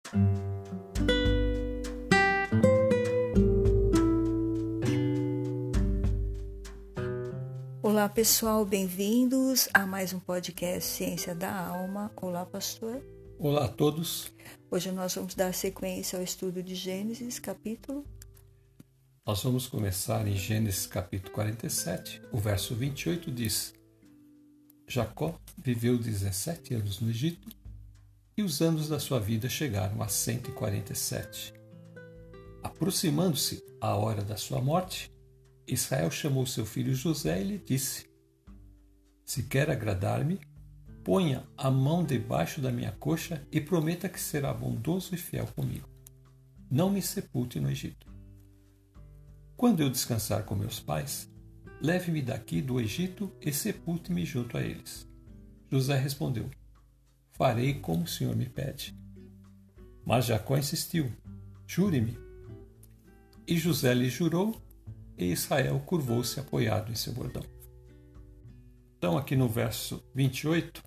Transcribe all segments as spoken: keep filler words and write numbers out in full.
Olá pessoal, bem-vindos a mais um podcast Ciência da Alma. Olá pastor. Olá a todos. Hoje nós vamos dar sequência ao estudo de Gênesis, capítulo. Nós vamos começar em Gênesis capítulo quarenta e sete, o verso vinte e oito diz: Jacó viveu dezessete anos no Egito e os anos da sua vida chegaram a cento e quarenta e sete. Aproximando-se a hora da sua morte, Israel chamou seu filho José e lhe disse: Se quer agradar-me, ponha a mão debaixo da minha coxa e prometa que será bondoso e fiel comigo. Não me sepulte no Egito. Quando eu descansar com meus pais, leve-me daqui do Egito e sepulte-me junto a eles. José respondeu: Farei como o Senhor me pede. Mas Jacó insistiu: Jure-me. E José lhe jurou, e Israel curvou-se apoiado em seu bordão. Então, aqui no verso vinte e oito,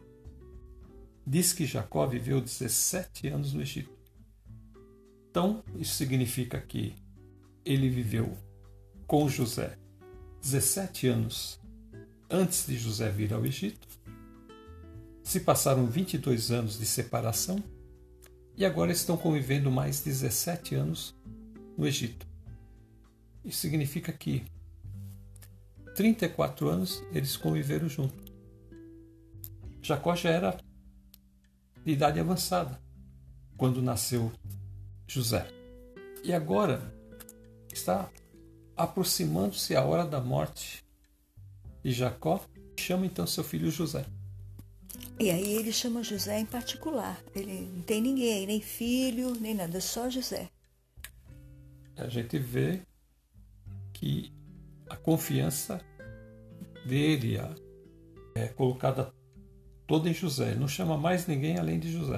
diz que Jacó viveu dezessete anos no Egito. Então, isso significa que ele viveu com José dezessete anos antes de José vir ao Egito. Se passaram vinte e dois anos de separação e agora estão convivendo mais dezessete anos no Egito. Isso significa que trinta e quatro anos eles conviveram juntos. Jacó já era de idade avançada quando nasceu José. E agora está aproximando-se a hora da morte de Jacó. Chama então seu filho José. E aí ele chama José em particular. Ele não tem ninguém, nem filho, nem nada, só José. A gente vê que a confiança dele é colocada toda em José. Ele não chama mais ninguém além de José.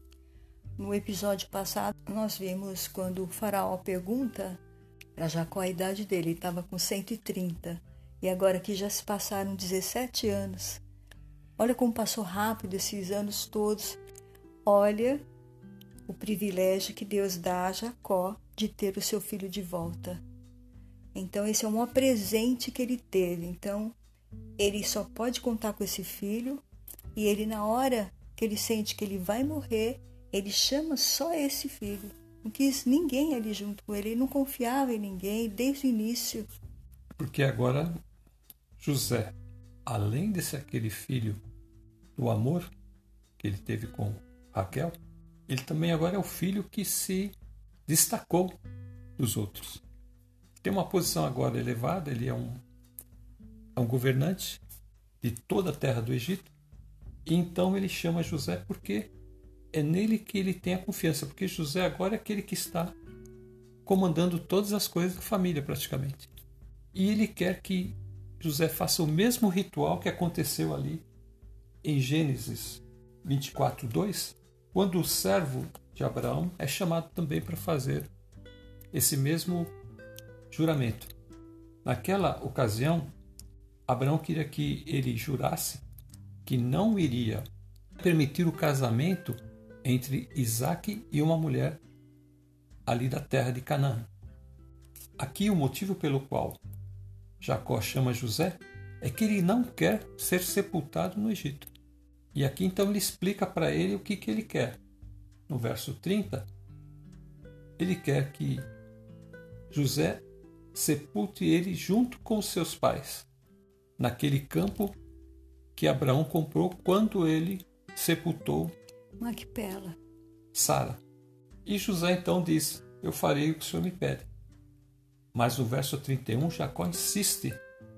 No episódio passado, nós vimos quando o faraó pergunta para Jacó a idade dele. Ele estava com cento e trinta. E agora que já se passaram dezessete anos. Olha como passou rápido esses anos todos. Olha o privilégio que Deus dá a Jacó de ter o seu filho de volta. Então, esse é o maior presente que ele teve. Então, ele só pode contar com esse filho. E ele, na hora que ele sente que ele vai morrer, ele chama só esse filho. Não quis ninguém ali junto com ele. Ele não confiava em ninguém desde o início. Porque agora, José, além de ser aquele filho do amor que ele teve com Raquel, ele também agora é o filho que se destacou dos outros. Tem uma posição agora elevada, ele é um, é um governante de toda a terra do Egito, e então ele chama José porque é nele que ele tem a confiança, porque José agora é aquele que está comandando todas as coisas da família praticamente. E ele quer que José faça o mesmo ritual que aconteceu ali em Gênesis vinte e quatro, dois, quando o servo de Abraão é chamado também para fazer esse mesmo juramento. Naquela ocasião, Abraão queria que ele jurasse que não iria permitir o casamento entre Isaque e uma mulher ali da terra de Canaã. Aqui o motivo pelo qual Jacó chama José é que ele não quer ser sepultado no Egito. E aqui então ele explica para ele o que, que ele quer. No verso trinta, ele quer que José sepulte ele junto com seus pais, naquele campo que Abraão comprou quando ele sepultou Macpela. Sara. E José então diz: Eu farei o que o Senhor me pede. Mas no verso trinta e um, Jacó insiste: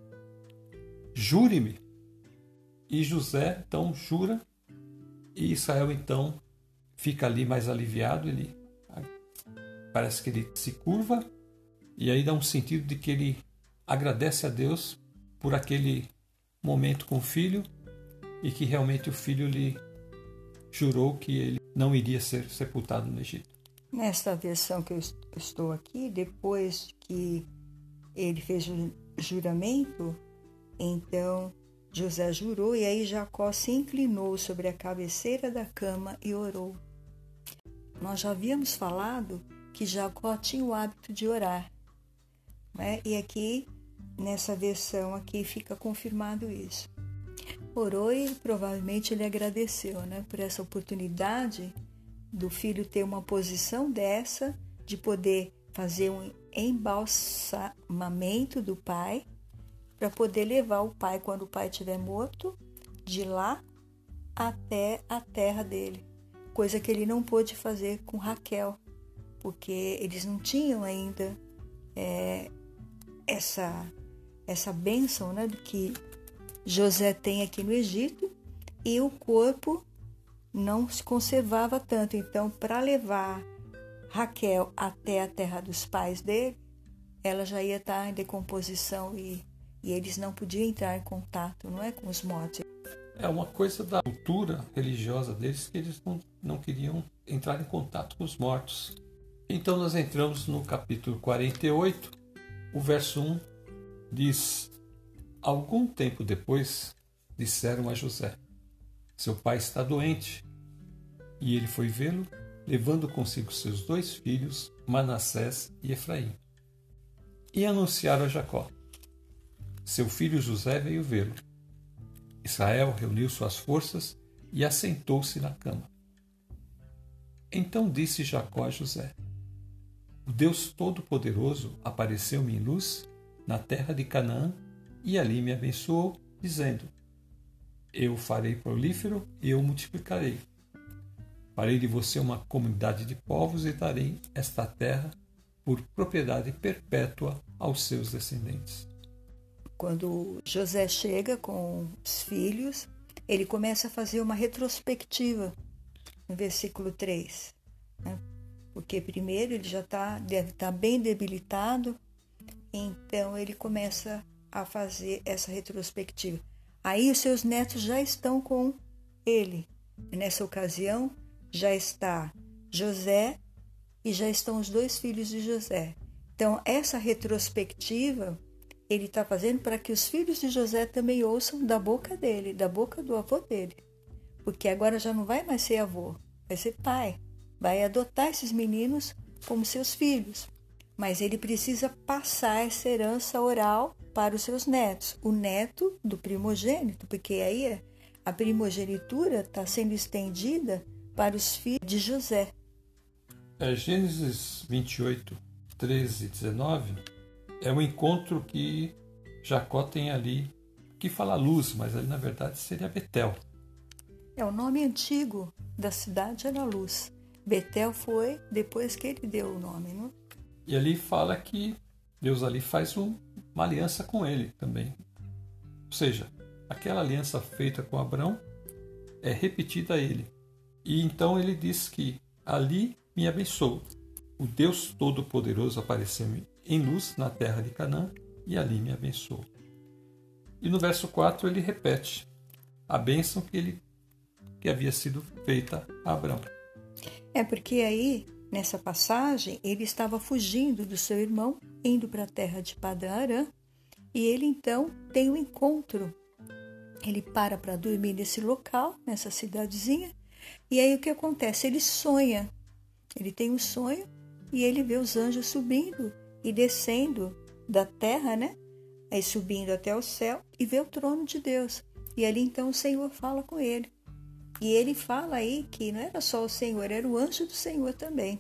Jure-me. E José então jura, e Israel então fica ali mais aliviado. Ele parece que ele se curva, e aí dá um sentido de que ele agradece a Deus por aquele momento com o filho, e que realmente o filho lhe jurou que ele não iria ser sepultado no Egito. Nesta versão que eu estou aqui, depois que ele fez o juramento, então José jurou, e aí Jacó se inclinou sobre a cabeceira da cama e orou. nós já havíamos falado que Jacó tinha o hábito de orar, né? E aqui, nessa versão aqui, fica confirmado isso. Orou e provavelmente ele agradeceu, né? Por essa oportunidade do filho ter uma posição dessa, de poder fazer um embalsamamento do pai, para poder levar o pai, quando o pai estiver morto, de lá até a terra dele. Coisa que ele não pôde fazer com Raquel, porque eles não tinham ainda é, essa, essa bênção, né, do que José tem aqui no Egito, e o corpo não se conservava tanto. Então, para levar Raquel até a terra dos pais dele, ela já ia estar em decomposição e, e eles não podiam entrar em contato, não é, com os mortos. É uma coisa da cultura religiosa deles, que eles não, não queriam entrar em contato com os mortos. Então nós entramos no capítulo quarenta e oito, o verso um diz: algum tempo depois disseram a José: seu pai está doente. E ele foi vê-lo, levando consigo seus dois filhos, Manassés e Efraim. E anunciaram a Jacó: seu filho José veio vê-lo. Israel reuniu suas forças e assentou-se na cama. Então disse Jacó a José: o Deus Todo-Poderoso apareceu-me em luz na terra de Canaã e ali me abençoou, dizendo: eu o farei prolífero e eu o multiplicarei. Farei de você uma comunidade de povos e darei esta terra por propriedade perpétua aos seus descendentes. Quando José chega com os filhos, ele começa a fazer uma retrospectiva no versículo três, né? Porque primeiro ele já tá, deve estar bem debilitado, então ele começa a fazer essa retrospectiva. Aí os seus netos já estão com ele. Nessa ocasião já está José e já estão os dois filhos de José. Então essa retrospectiva ele está fazendo para que os filhos de José também ouçam da boca dele, da boca do avô dele. Porque agora já não vai mais ser avô, vai ser pai. Vai adotar esses meninos como seus filhos. Mas ele precisa passar essa herança oral para os seus netos. O neto do primogênito, porque aí a primogenitura está sendo estendida para os filhos de José. É, Gênesis vinte e oito, treze e dezenove é um encontro que Jacó tem ali, que fala Luz, mas ali na verdade seria Betel. É, o nome antigo da cidade era Luz. Betel foi depois que ele deu o nome, não? E ali fala que Deus ali faz um, uma aliança com ele também. Ou seja, aquela aliança feita com Abrão é repetida a ele. E então ele diz que ali me abençoou. O Deus Todo-Poderoso apareceu-me em luz na terra de Canaã e ali me abençoou. E no verso quatro ele repete a bênção que, ele, que havia sido feita a Abrão. É porque aí, nessa passagem, ele estava fugindo do seu irmão, indo para a terra de Padã Arã, e ele então tem um encontro. Ele para para dormir nesse local, nessa cidadezinha, e aí o que acontece? Ele sonha. Ele tem um sonho e ele vê os anjos subindo e descendo da terra, né? Aí subindo até o céu e vê o trono de Deus. E ali então o Senhor fala com ele. E ele fala aí que não era só o Senhor, era o anjo do Senhor também.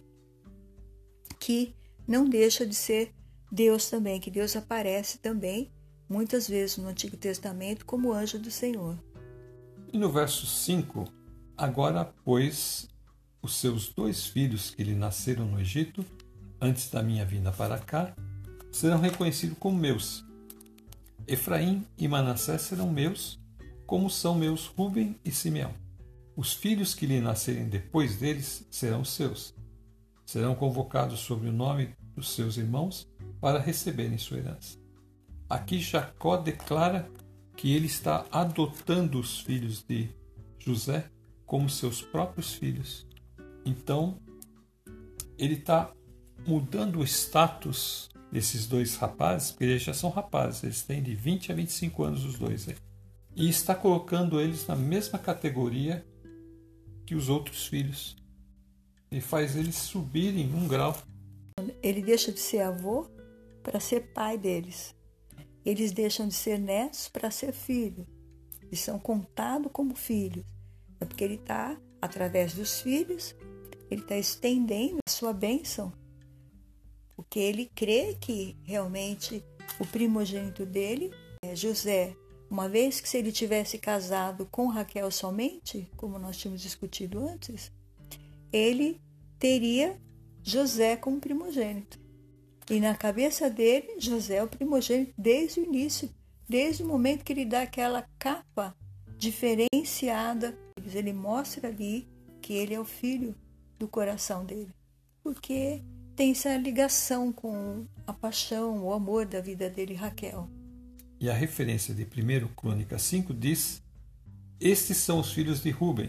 Que não deixa de ser Deus também, que Deus aparece também, muitas vezes no Antigo Testamento, como anjo do Senhor. E no verso cinco, agora, pois, os seus dois filhos que lhe nasceram no Egito, antes da minha vinda para cá, serão reconhecidos como meus. Efraim e Manassés serão meus, como são meus Rúben e Simeão. Os filhos que lhe nascerem depois deles serão seus. Serão convocados sob o nome dos seus irmãos para receberem sua herança. Aqui Jacó declara que ele está adotando os filhos de José como seus próprios filhos. Então, ele está mudando o status desses dois rapazes, porque eles já são rapazes, eles têm de vinte a vinte e cinco anos os dois aí, e está colocando eles na mesma categoria que os outros filhos. e faz eles subirem um grau. Ele deixa de ser avô para ser pai deles. Eles deixam de ser netos para ser filhos. Eles são contados como filhos. É porque ele está, através dos filhos, ele está estendendo a sua bênção. Porque ele crê que realmente o primogênito dele é José. Uma vez que se ele tivesse casado com Raquel somente, como nós tínhamos discutido antes, ele teria José como primogênito. E na cabeça dele, José é o primogênito desde o início, desde o momento que ele dá aquela capa diferenciada. Ele mostra ali que ele é o filho do coração dele, porque tem essa ligação com a paixão, o amor da vida dele, Raquel. E a referência de primeira Crônicas cinco diz: estes são os filhos de Ruben,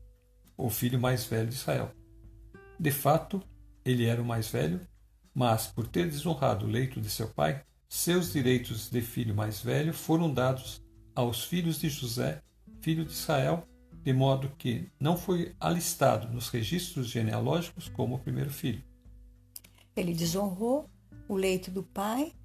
o filho mais velho de Israel. De fato, ele era o mais velho, mas por ter desonrado o leito de seu pai, seus direitos de filho mais velho foram dados aos filhos de José, filho de Israel, de modo que não foi alistado nos registros genealógicos como o primeiro filho. Ele desonrou o leito do pai,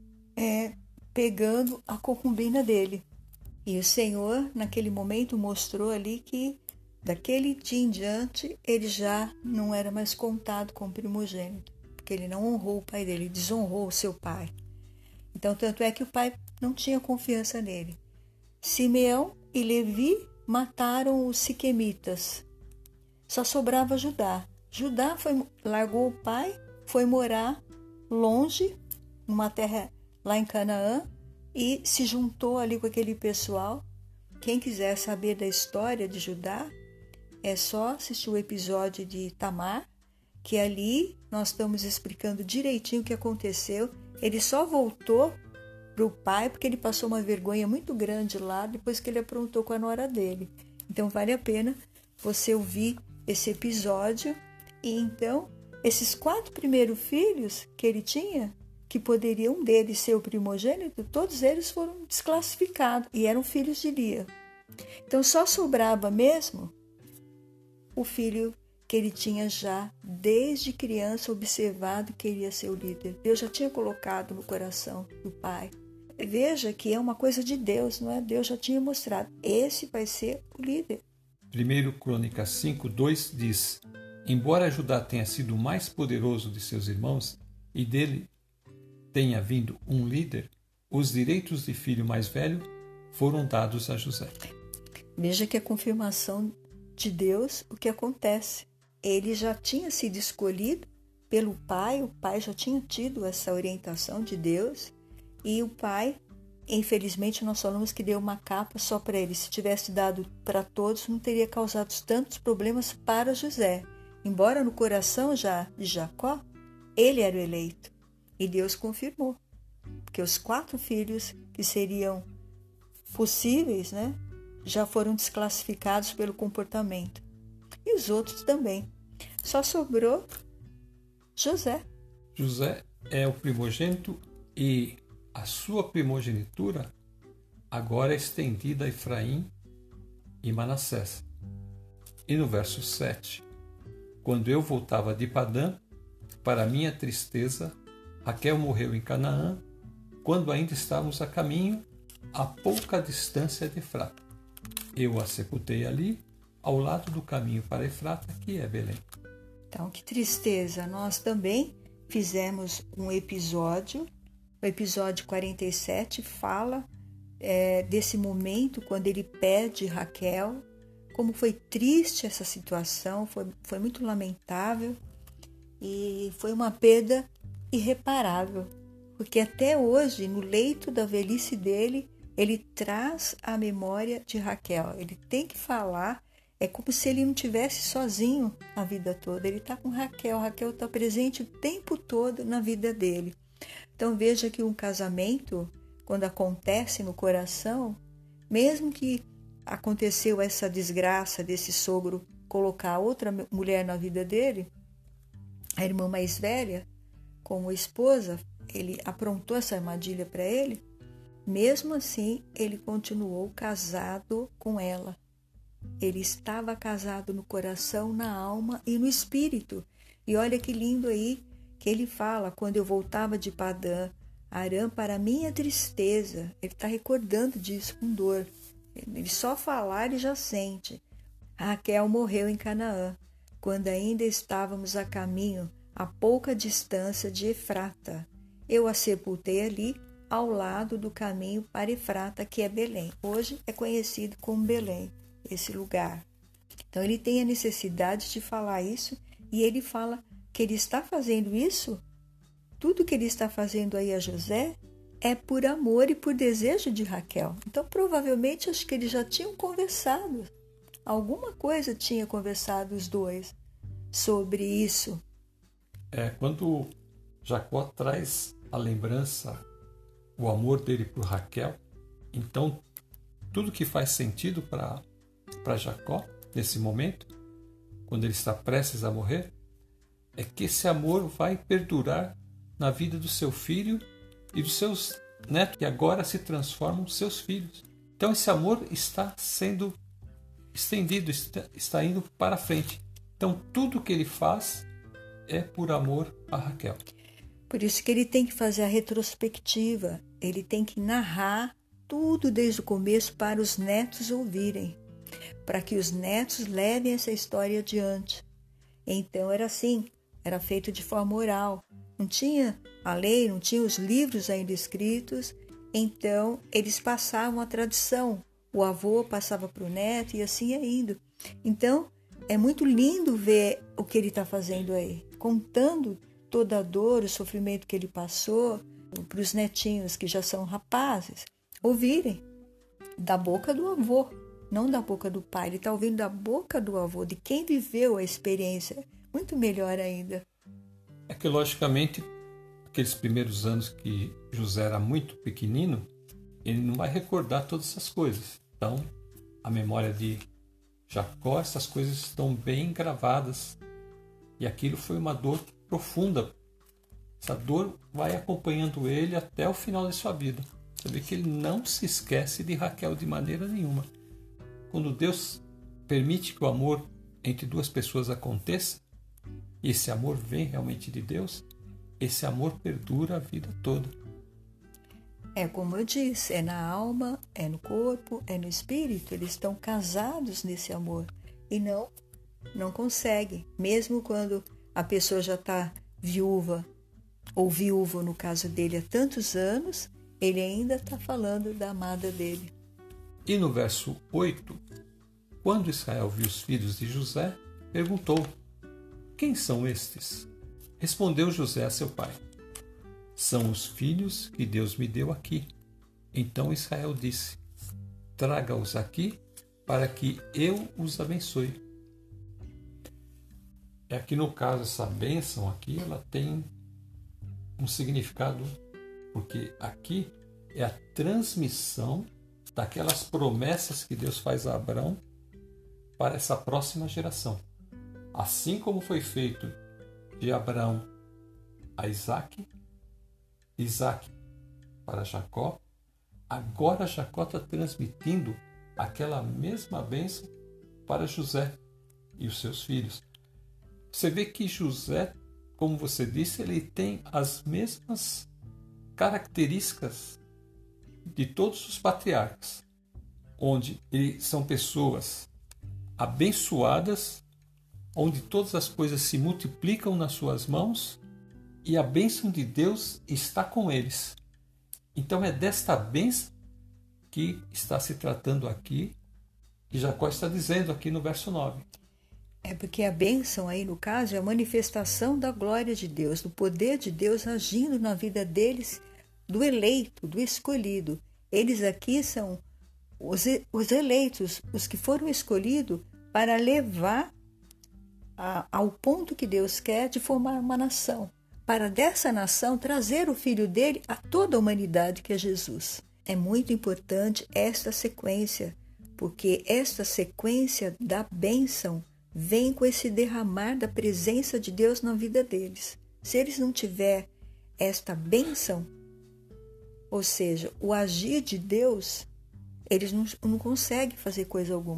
é, pegando a concubina dele. E o Senhor, naquele momento, mostrou ali que, daquele dia em diante, ele já não era mais contado como primogênito, porque ele não honrou o pai dele, desonrou o seu pai. Então, tanto é que o pai não tinha confiança nele. Simeão e Levi mataram os siquemitas. Só sobrava Judá. Judá foi, largou o pai, foi morar longe, numa terra lá em Canaã, e se juntou ali com aquele pessoal. Quem quiser saber da história de Judá, é só assistir o episódio de Tamar, que ali nós estamos explicando direitinho o que aconteceu. Ele só voltou para o pai porque ele passou uma vergonha muito grande lá depois que ele aprontou com a nora dele. Então vale a pena você ouvir esse episódio. E então, esses quatro primeiros filhos que ele tinha, que poderiam um deles ser o primogênito, todos eles foram desclassificados e eram filhos de Lia. Então só sobrava mesmo o filho que ele tinha já desde criança observado que ele ia ser o líder. Deus já tinha colocado no coração do pai. Veja que é uma coisa de Deus, não é? Deus já tinha mostrado. Esse vai ser o líder. primeira Crônicas cinco, dois diz: embora Judá tenha sido o mais poderoso de seus irmãos e dele tenha vindo um líder, os direitos de filho mais velho foram dados a José. Veja que a confirmação de Deus, o que acontece. Ele já tinha sido escolhido pelo pai, o pai já tinha tido essa orientação de Deus, e o pai, infelizmente, nós falamos que deu uma capa só para ele. Se tivesse dado para todos, não teria causado tantos problemas para José. Embora no coração já de Jacó, ele era o eleito. E Deus confirmou, porque os quatro filhos que seriam possíveis, né, já foram desclassificados pelo comportamento. E os outros também. Só sobrou José. José é o primogênito e a sua primogenitura agora é estendida a Efraim e Manassés. E no verso sete, quando eu voltava de Padã, para minha tristeza, Raquel morreu em Canaã, quando ainda estávamos a caminho, a pouca distância de Efrata. Eu a sepultei ali, ao lado do caminho para Efrata, que é Belém. Então, que tristeza. Nós também fizemos um episódio, o episódio quarenta e sete fala é, desse momento quando ele perde Raquel, como foi triste essa situação, foi, foi muito lamentável e foi uma perda irreparável, porque até hoje, no leito da velhice dele, ele traz a memória de Raquel. Ele tem que falar, é como se ele não estivesse sozinho a vida toda. Ele está com Raquel, Raquel está presente o tempo todo na vida dele. Então veja que um casamento, quando acontece no coração, mesmo que aconteceu essa desgraça desse sogro colocar outra mulher na vida dele, a irmã mais velha, como esposa, ele aprontou essa armadilha para ele, mesmo assim ele continuou casado com ela. Ele estava casado no coração, na alma e no espírito. E olha que lindo aí que ele fala, quando eu voltava de Padã Arã, para minha tristeza. Ele está recordando disso com dor. Ele só falar, ele já sente. Raquel morreu em Canaã, quando ainda estávamos a caminho, a pouca distância de Efrata. Eu a sepultei ali, ao lado do caminho para Efrata, que é Belém. Hoje é conhecido como Belém, esse lugar. Então ele tem a necessidade de falar isso, e ele fala que ele está fazendo isso, tudo que ele está fazendo aí a José, é por amor e por desejo de Raquel. Então provavelmente acho que eles já tinham conversado, alguma coisa tinha conversado os dois sobre isso. É, quando Jacó traz a lembrança, o amor dele por Raquel, então tudo que faz sentido para para Jacó nesse momento, quando ele está prestes a morrer, é que esse amor vai perdurar na vida do seu filho e dos seus netos, que agora se transformam seus filhos. Então esse amor está sendo estendido, está, está indo para frente. Então tudo que ele faz é por amor a Raquel. Por isso que ele tem que fazer a retrospectiva, ele tem que narrar tudo desde o começo para os netos ouvirem, para que os netos levem essa história adiante. Então era assim, era feito de forma oral. Não tinha a lei, não tinha os livros ainda escritos, então eles passavam a tradição. O avô passava para o neto e assim ia indo. Então é muito lindo ver o que ele está fazendo aí, contando toda a dor, o sofrimento que ele passou para os netinhos, que já são rapazes, ouvirem da boca do avô, não da boca do pai. Ele está ouvindo da boca do avô, de quem viveu a experiência, muito melhor ainda. É que, logicamente, aqueles primeiros anos que José era muito pequenino, ele não vai recordar todas essas coisas. Então, a memória de Jacó, essas coisas estão bem gravadas. E aquilo foi uma dor profunda. Essa dor vai acompanhando ele até o final de sua vida. Você vê que ele não se esquece de Raquel de maneira nenhuma. Quando Deus permite que o amor entre duas pessoas aconteça, e esse amor vem realmente de Deus, esse amor perdura a vida toda. É como eu disse, é na alma, é no corpo, é no espírito. Eles estão casados nesse amor e não, não conseguem. Mesmo quando a pessoa já está viúva, ou viúvo no caso dele há tantos anos, ele ainda está falando da amada dele. E no verso oito, quando Israel viu os filhos de José, perguntou: quem são estes? Respondeu José a seu pai: são os filhos que Deus me deu aqui. Então Israel disse: traga-os aqui para que eu os abençoe. É aqui no caso, essa bênção aqui, ela tem um significado, porque aqui é a transmissão daquelas promessas que Deus faz a Abraão para essa próxima geração. Assim como foi feito de Abraão a Isaque, Isaque para Jacó, agora Jacó está transmitindo aquela mesma bênção para José e os seus filhos. Você vê que José, como você disse, ele tem as mesmas características de todos os patriarcas, onde eles são pessoas abençoadas, onde todas as coisas se multiplicam nas suas mãos e a bênção de Deus está com eles. Então é desta bênção que está se tratando aqui, e Jacó está dizendo aqui no verso nove. É porque a bênção aí, no caso, é a manifestação da glória de Deus, do poder de Deus agindo na vida deles, do eleito, do escolhido. Eles aqui são os, os eleitos, os que foram escolhidos para levar a, ao ponto que Deus quer de formar uma nação. Para dessa nação trazer o filho dele a toda a humanidade, que é Jesus. É muito importante esta sequência, porque esta sequência da bênção vem com esse derramar da presença de Deus na vida deles. Se eles não tiverem esta bênção, ou seja, o agir de Deus, eles não, não conseguem fazer coisa alguma.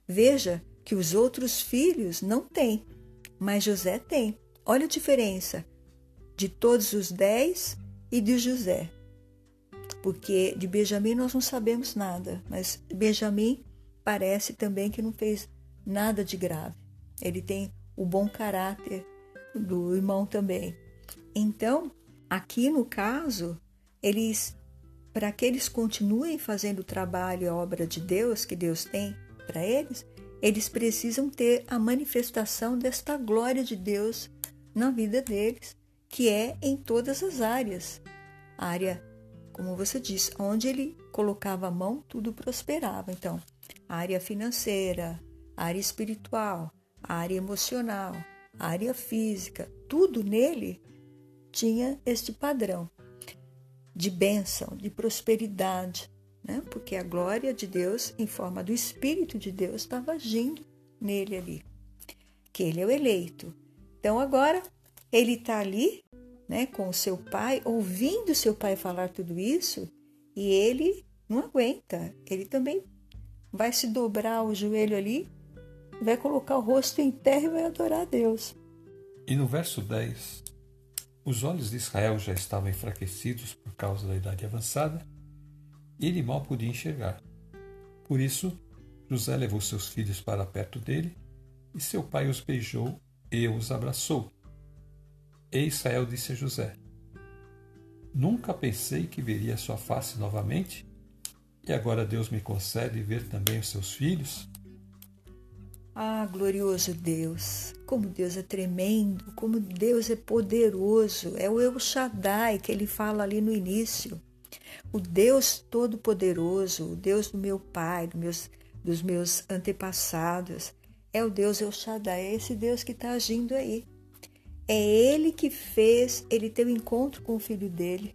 Veja que os outros filhos não têm, mas José tem. Olha a diferença de todos os dez e de José. Porque de Benjamim nós não sabemos nada, mas Benjamim parece também que não fez nada de grave. Ele tem o bom caráter do irmão também. Então, aqui no caso, eles, para que eles continuem fazendo o trabalho e a obra de Deus, que Deus tem para eles, eles precisam ter a manifestação desta glória de Deus na vida deles, que é em todas as áreas. A área, como você disse, onde ele colocava a mão, tudo prosperava. Então, a área financeira, a área espiritual, a área emocional, a área física, tudo nele tinha este padrão de bênção, de prosperidade, né? Porque a glória de Deus, em forma do Espírito de Deus, estava agindo nele ali, que ele é o eleito. Então agora ele está ali, né, com o seu pai, ouvindo seu pai falar tudo isso, e ele não aguenta, ele também vai se dobrar o joelho ali, vai colocar o rosto em terra e vai adorar a Deus. E no verso dez, os olhos de Israel já estavam enfraquecidos por causa da idade avançada, e ele mal podia enxergar. Por isso, José levou seus filhos para perto dele, e seu pai os beijou e os abraçou. E Israel disse a José: Nunca pensei que veria sua face novamente, e agora Deus me concede ver também os seus filhos? Ah, glorioso Deus! Como Deus é tremendo, como Deus é poderoso. É o El Shaddai que ele fala ali no início. O Deus Todo-Poderoso, o Deus do meu pai, do meus, dos meus antepassados. É o Deus El Shaddai, é esse Deus que está agindo aí. É Ele que fez ele ter um encontro com o filho dele.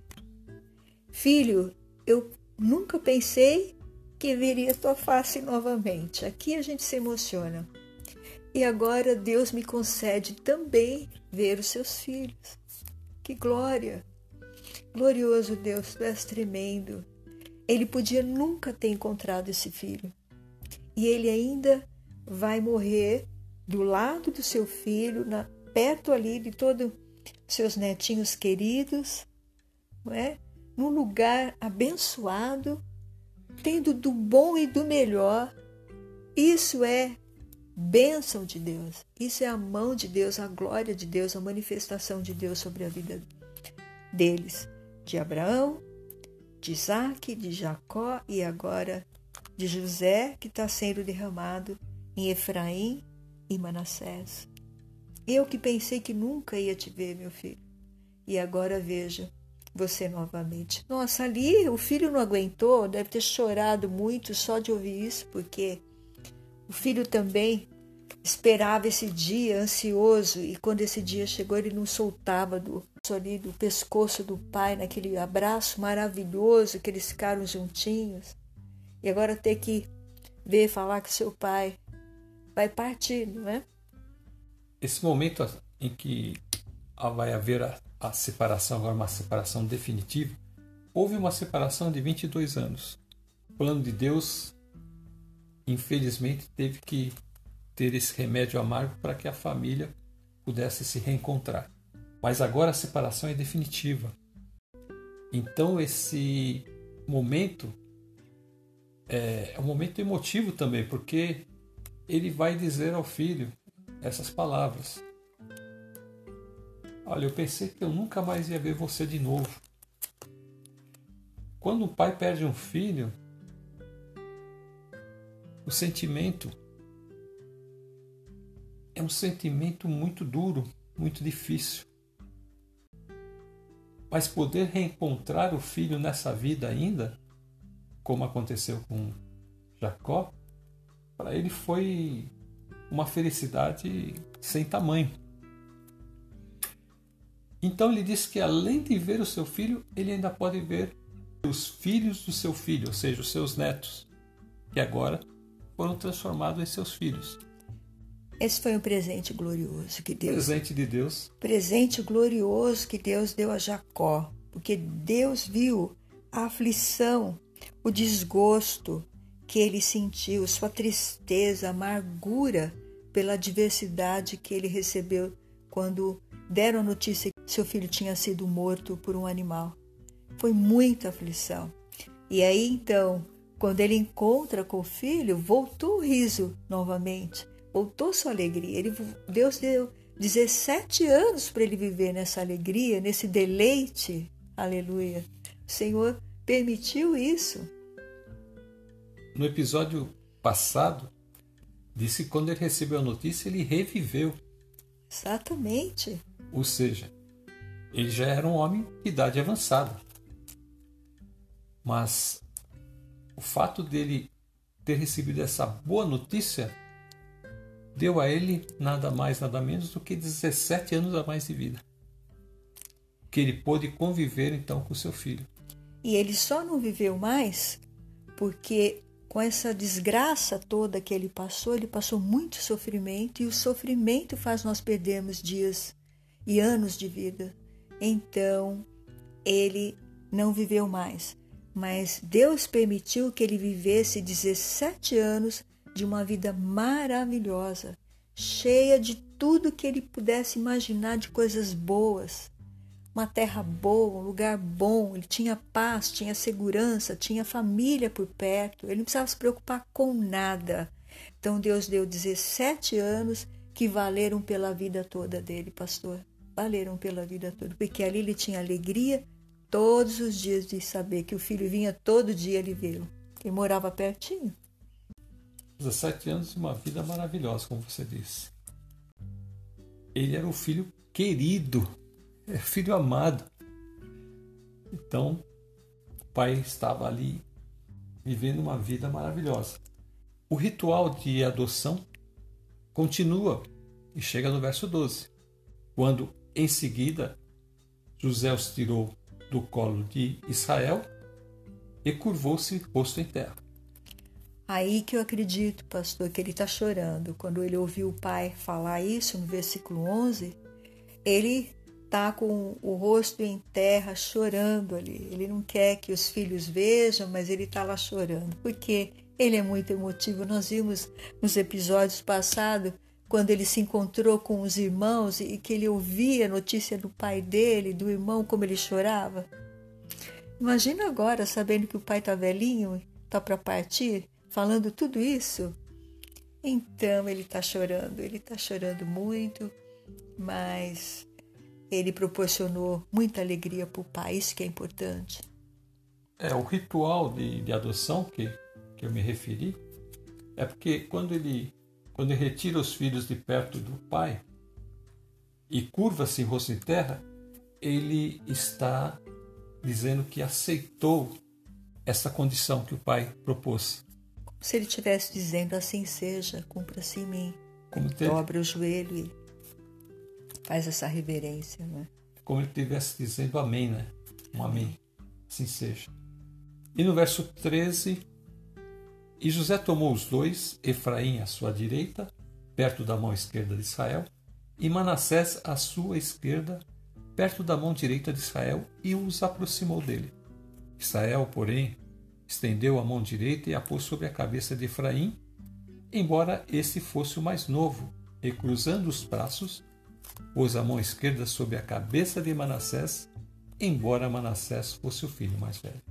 Filho, eu nunca pensei que veria tua face novamente. Aqui a gente se emociona. E agora Deus me concede também ver os seus filhos. Que glória! Glorioso Deus, tu és tremendo. Ele podia nunca ter encontrado esse filho. E ele ainda vai morrer do lado do seu filho, na, perto ali de todos os seus netinhos queridos, não é? Num lugar abençoado, tendo do bom e do melhor. Isso é bênção de Deus. Isso é a mão de Deus, a glória de Deus, a manifestação de Deus sobre a vida deles. De Abraão, de Isaque, de Jacó e agora de José, que está sendo derramado em Efraim e Manassés. Eu que pensei que nunca ia te ver, meu filho, e agora vejo você novamente. Nossa, ali o filho não aguentou, deve ter chorado muito só de ouvir isso, porque o filho também esperava esse dia ansioso, e quando esse dia chegou ele não soltava do, ali, do pescoço do pai, naquele abraço maravilhoso que eles ficaram juntinhos, e agora ter que ver falar que seu pai vai partir, não é? Esse momento em que vai haver a, a separação, agora uma separação definitiva, houve uma separação de vinte e dois anos. O plano de Deus, infelizmente, teve que ter esse remédio amargo para que a família pudesse se reencontrar. Mas agora a separação é definitiva. Então esse momento é, é um momento emotivo também, porque ele vai dizer ao filho essas palavras: olha, eu pensei que eu nunca mais ia ver você de novo. Quando um pai perde um filho, o sentimento é um sentimento muito duro, muito difícil. Mas poder reencontrar o filho nessa vida ainda, como aconteceu com Jacó, para ele foi uma felicidade sem tamanho. Então ele diz que além de ver o seu filho, ele ainda pode ver os filhos do seu filho, ou seja, os seus netos, que agora foram transformados em seus filhos. Esse foi um presente glorioso que Deus... Presente de Deus. Presente glorioso que Deus deu a Jacó, porque Deus viu a aflição, o desgosto que ele sentiu, sua tristeza, amargura pela adversidade que ele recebeu quando deram a notícia que seu filho tinha sido morto por um animal. Foi muita aflição. E aí então, quando ele encontra com o filho, voltou o riso novamente, voltou sua alegria. Ele, Deus deu dezessete anos para ele viver nessa alegria, nesse deleite. Aleluia. O Senhor permitiu isso. No episódio passado, disse que quando ele recebeu a notícia, ele reviveu. Exatamente. Ou seja, ele já era um homem de idade avançada. Mas o fato dele ter recebido essa boa notícia deu a ele nada mais, nada menos do que dezessete anos a mais de vida. Que ele pôde conviver então com seu filho. E ele só não viveu mais porque com essa desgraça toda que ele passou, ele passou muito sofrimento, e o sofrimento faz nós perdermos dias e anos de vida. Então, ele não viveu mais. Mas Deus permitiu que ele vivesse dezessete anos de uma vida maravilhosa, cheia de tudo que ele pudesse imaginar de coisas boas. Uma terra boa, um lugar bom, ele tinha paz, tinha segurança, tinha família por perto, ele não precisava se preocupar com nada. Então Deus deu dezessete anos que valeram pela vida toda dele, pastor. Valeram pela vida toda, porque ali ele tinha alegria todos os dias de saber que o filho vinha todo dia ele vê-lo. Ele morava pertinho. dezessete anos e uma vida maravilhosa, como você disse. Ele era o filho querido, é filho amado. Então, o pai estava ali vivendo uma vida maravilhosa. O ritual de adoção continua e chega no verso doze, quando em seguida José os tirou do colo de Israel e curvou-se rosto em terra. Aí que eu acredito, pastor, que ele está chorando. Quando ele ouviu o pai falar isso no versículo onze, ele está com o rosto em terra chorando ali. Ele não quer que os filhos vejam, mas ele está lá chorando, porque ele é muito emotivo. Nós vimos nos episódios passados, quando ele se encontrou com os irmãos e que ele ouvia a notícia do pai dele, do irmão, como ele chorava. Imagina agora, sabendo que o pai está velhinho, está para partir, falando tudo isso. Então ele está chorando, ele está chorando muito, mas ele proporcionou muita alegria para o pai, isso que é importante. É, o ritual de, de adoção que, que eu me referi é porque quando ele, quando ele retira os filhos de perto do pai e curva-se em rosto em terra, ele está dizendo que aceitou essa condição que o pai propôs. Como se ele estivesse dizendo, assim seja, cumpra-se em mim. Como teve, dobra o joelho e faz essa reverência, né? Como ele estivesse dizendo amém, né? Um amém. Assim seja. E no verso treze, e José tomou os dois, Efraim à sua direita, perto da mão esquerda de Israel, e Manassés à sua esquerda, perto da mão direita de Israel, e os aproximou dele. Israel, porém, estendeu a mão direita e a pôs sobre a cabeça de Efraim, embora este fosse o mais novo, e cruzando os braços, pôs a mão esquerda sobre a cabeça de Manassés, embora Manassés fosse o filho mais velho.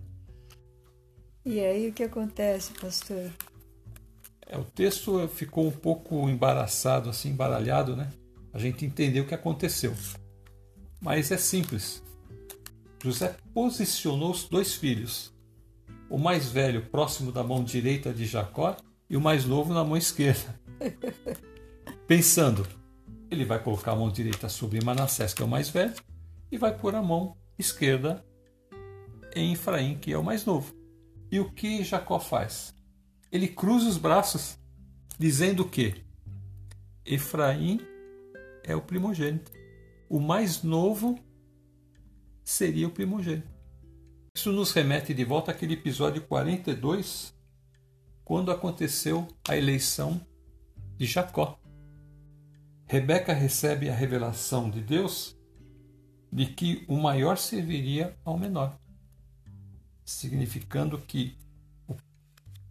E aí o que acontece, pastor? É, o texto ficou um pouco embaraçado, assim, embaralhado, né? A gente entendeu o que aconteceu. Mas é simples. José posicionou os dois filhos, o mais velho próximo da mão direita de Jacó e o mais novo na mão esquerda. Pensando, ele vai colocar a mão direita sobre Manassés, que é o mais velho, e vai pôr a mão esquerda em Efraim, que é o mais novo. E o que Jacó faz? Ele cruza os braços, dizendo que Efraim é o primogênito. O mais novo seria o primogênito. Isso nos remete de volta àquele episódio quarenta e dois, quando aconteceu a eleição de Jacó. Rebeca recebe a revelação de Deus de que o maior serviria ao menor, significando que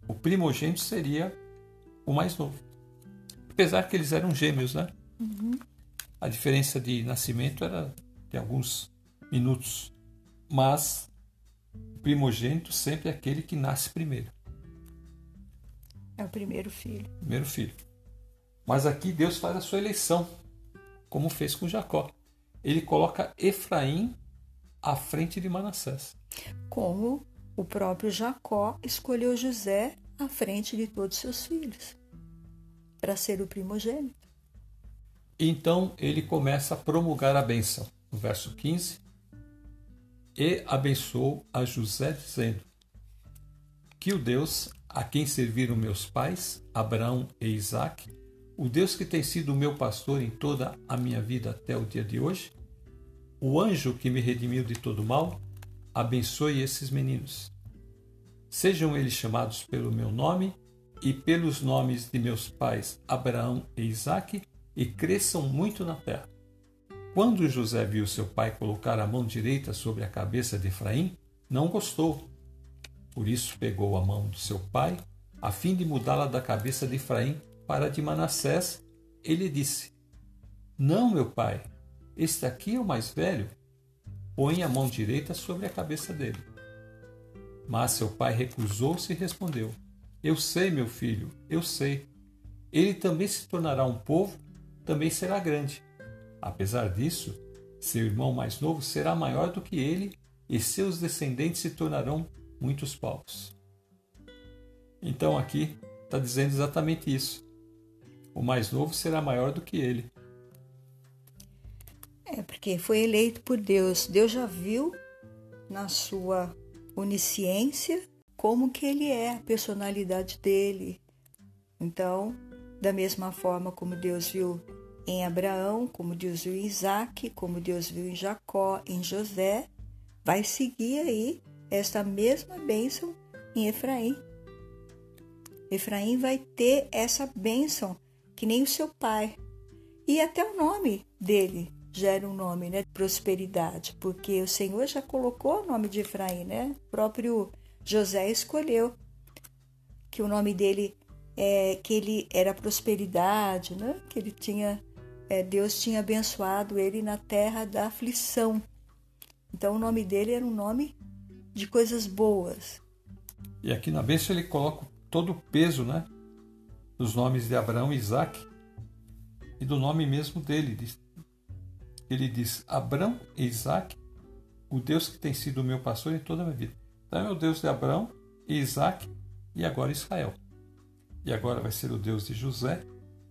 o primogênito seria o mais novo. Apesar que eles eram gêmeos, né? Uhum. A diferença de nascimento era de alguns minutos. Mas o primogênito sempre é aquele que nasce primeiro. É o primeiro filho. Primeiro filho. Mas aqui Deus faz a sua eleição, como fez com Jacó. Ele coloca Efraim à frente de Manassés. Como o próprio Jacó escolheu José à frente de todos os seus filhos, para ser o primogênito. Então ele começa a promulgar a bênção. No verso quinze, e abençoou a José, dizendo: que o Deus a quem serviram meus pais, Abraão e Isaque, o Deus que tem sido o meu pastor em toda a minha vida até o dia de hoje, o anjo que me redimiu de todo mal, abençoe esses meninos. Sejam eles chamados pelo meu nome e pelos nomes de meus pais Abraão e Isaque, e cresçam muito na terra. Quando José viu seu pai colocar a mão direita sobre a cabeça de Efraim, não gostou. Por isso pegou a mão do seu pai, a fim de mudá-la da cabeça de Efraim para a de Manassés. Ele disse: não, meu pai, este aqui é o mais velho. Põe a mão direita sobre a cabeça dele. Mas seu pai recusou-se e respondeu: eu sei, meu filho, eu sei. Ele também se tornará um povo, também será grande. Apesar disso, seu irmão mais novo será maior do que ele, e seus descendentes se tornarão muitos povos. Então aqui está dizendo exatamente isso. O mais novo será maior do que ele. É, porque foi eleito por Deus. Deus já viu na sua onisciência como que ele é, a personalidade dele. Então, da mesma forma como Deus viu em Abraão, como Deus viu em Isaque, como Deus viu em Jacó, em José, vai seguir aí esta mesma bênção em Efraim. Efraim vai ter essa bênção que nem o seu pai. E até o nome dele gera um nome, né, de prosperidade, porque o Senhor já colocou o nome de Efraim, né? O próprio José escolheu que o nome dele é que ele era prosperidade, né? Que ele tinha é, Deus tinha abençoado ele na terra da aflição. Então o nome dele era um nome de coisas boas. E aqui na bênção ele coloca todo o peso, né, dos nomes de Abraão e Isaque e do nome mesmo dele. Ele diz: Abraão e Isaque, o Deus que tem sido o meu pastor em toda a minha vida. Então é o Deus de Abraão e Isaque e agora Israel. E agora vai ser o Deus de José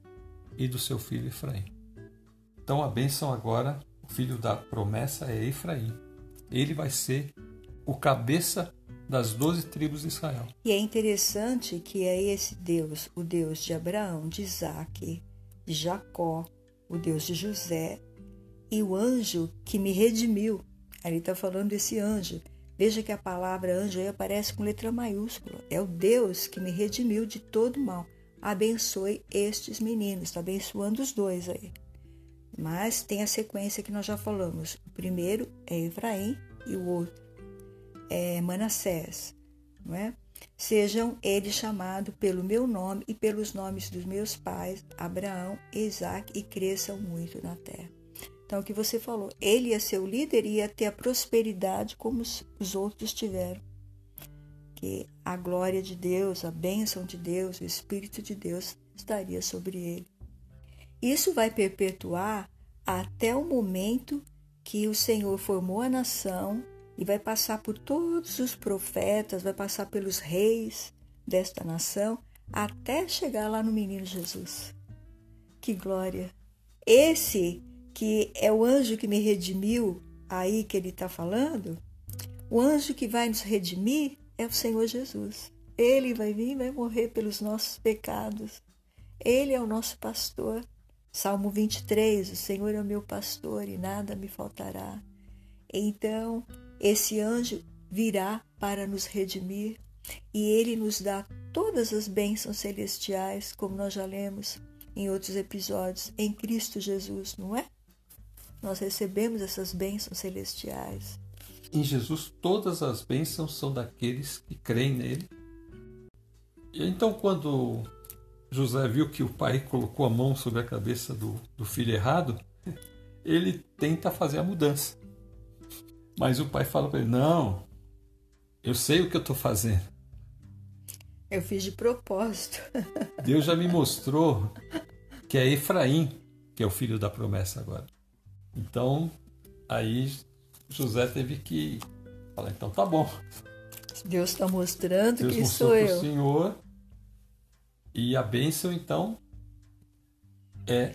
e do seu filho Efraim. Então a bênção agora, o filho da promessa é Efraim. Ele vai ser o cabeça das doze tribos de Israel. E é interessante que é esse Deus, o Deus de Abraão, de Isaque, de Jacó, o Deus de José e o anjo que me redimiu. Aí ele está falando desse anjo. Veja que a palavra anjo aí aparece com letra maiúscula. É o Deus que me redimiu de todo mal. Abençoe estes meninos. Está abençoando os dois aí. Mas tem a sequência que nós já falamos. O primeiro é Efraim e o outro é Manassés. Não é? Sejam eles chamados pelo meu nome e pelos nomes dos meus pais, Abraão e Isaque, e cresçam muito na terra. Então, o que você falou, ele ia ser o líder e ia ter a prosperidade como os, os outros tiveram. Que a glória de Deus, a bênção de Deus, o Espírito de Deus estaria sobre ele. Isso vai perpetuar até o momento que o Senhor formou a nação e vai passar por todos os profetas, vai passar pelos reis desta nação, até chegar lá no menino Jesus. Que glória! Esse que é o anjo que me redimiu, aí que ele está falando, o anjo que vai nos redimir é o Senhor Jesus. Ele vai vir e vai morrer pelos nossos pecados. Ele é o nosso pastor. Salmo vinte e três, o Senhor é o meu pastor e nada me faltará. Então, esse anjo virá para nos redimir e ele nos dá todas as bênçãos celestiais, como nós já lemos em outros episódios, em Cristo Jesus, não é? Nós recebemos essas bênçãos celestiais. Em Jesus, todas as bênçãos são daqueles que creem nele E então, quando José viu que o pai colocou a mão sobre a cabeça do, do filho errado, ele tenta fazer a mudança. Mas o pai fala para ele, não, eu sei o que eu estou fazendo. Eu fiz de propósito. Deus já me mostrou que é Efraim, que é o filho da promessa agora. Então, aí José teve que falar, então tá bom. Deus está mostrando Deus que mostrou sou para o eu. Senhor. E a bênção, então, é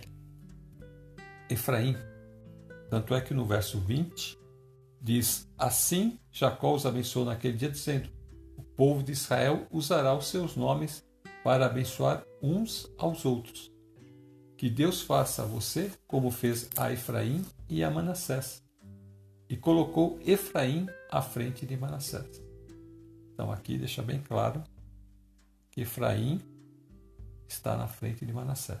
Efraim. Tanto é que no verso vinte diz, assim Jacó os abençoou naquele dia, dizendo, o povo de Israel usará os seus nomes para abençoar uns aos outros. Que Deus faça a você como fez a Efraim e a Manassés. E colocou Efraim à frente de Manassés. Então aqui deixa bem claro que Efraim está na frente de Manassés.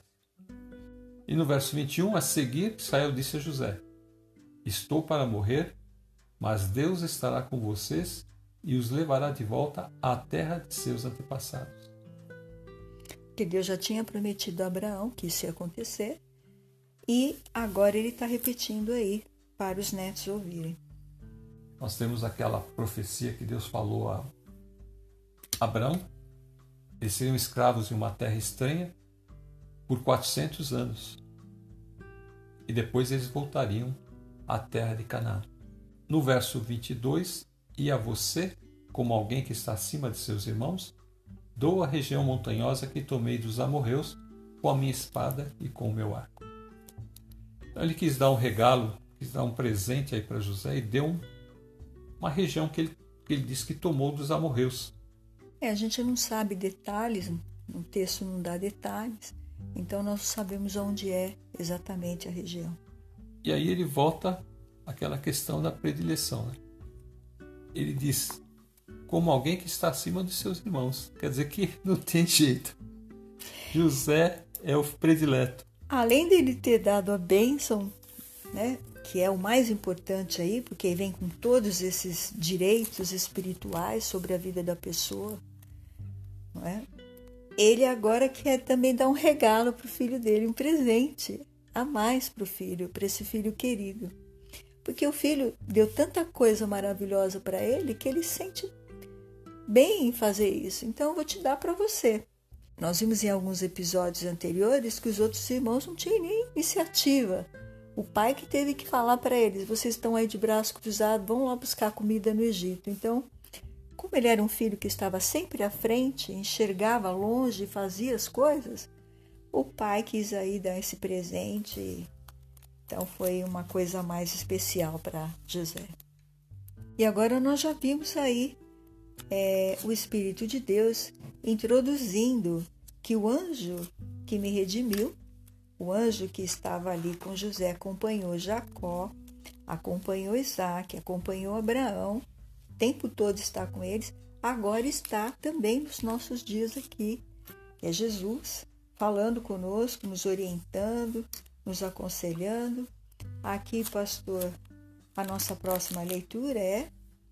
E no verso vinte e um, a seguir, Israel disse a José, estou para morrer, mas Deus estará com vocês e os levará de volta à terra de seus antepassados. Que Deus já tinha prometido a Abraão que isso ia acontecer, e agora ele está repetindo aí para os netos ouvirem. Nós temos aquela profecia que Deus falou a Abraão, eles seriam escravos em uma terra estranha por quatrocentos anos. E depois eles voltariam à terra de Canaã. No verso vinte e dois, e a você, como alguém que está acima de seus irmãos, dou a região montanhosa que tomei dos amorreus com a minha espada e com o meu arco. Então ele quis dar um regalo, quis dar um presente aí para José e deu um, uma região que ele, que ele disse que tomou dos amorreus. É, a gente não sabe detalhes, o texto não dá detalhes, então nós sabemos onde é exatamente a região. E aí ele volta àquela questão da predileção. Né? Ele diz, como alguém que está acima dos seus irmãos. Quer dizer que não tem jeito. José é o predileto. Além dele ter dado a bênção, né, que é o mais importante aí, porque vem com todos esses direitos espirituais sobre a vida da pessoa, não é? Ele agora quer também dar um regalo para o filho dele, um presente a mais para o filho, para esse filho querido. Porque o filho deu tanta coisa maravilhosa para ele que ele sente bem em fazer isso. Então eu vou te dar para você. Nós vimos em alguns episódios anteriores que os outros irmãos não tinham nem iniciativa. O pai que teve que falar para eles, vocês estão aí de braço cruzado, vão lá buscar comida no Egito. Então, como ele era um filho que estava sempre à frente, enxergava longe e fazia as coisas, o pai quis aí dar esse presente. Então foi uma coisa mais especial para José. E agora nós já vimos aí é, o Espírito de Deus introduzindo que o anjo que me redimiu, o anjo que estava ali com José, acompanhou Jacó, acompanhou Isaac, acompanhou Abraão, o tempo todo está com eles, agora está também nos nossos dias aqui, que é Jesus falando conosco, nos orientando, nos aconselhando. Aqui, pastor, a nossa próxima leitura é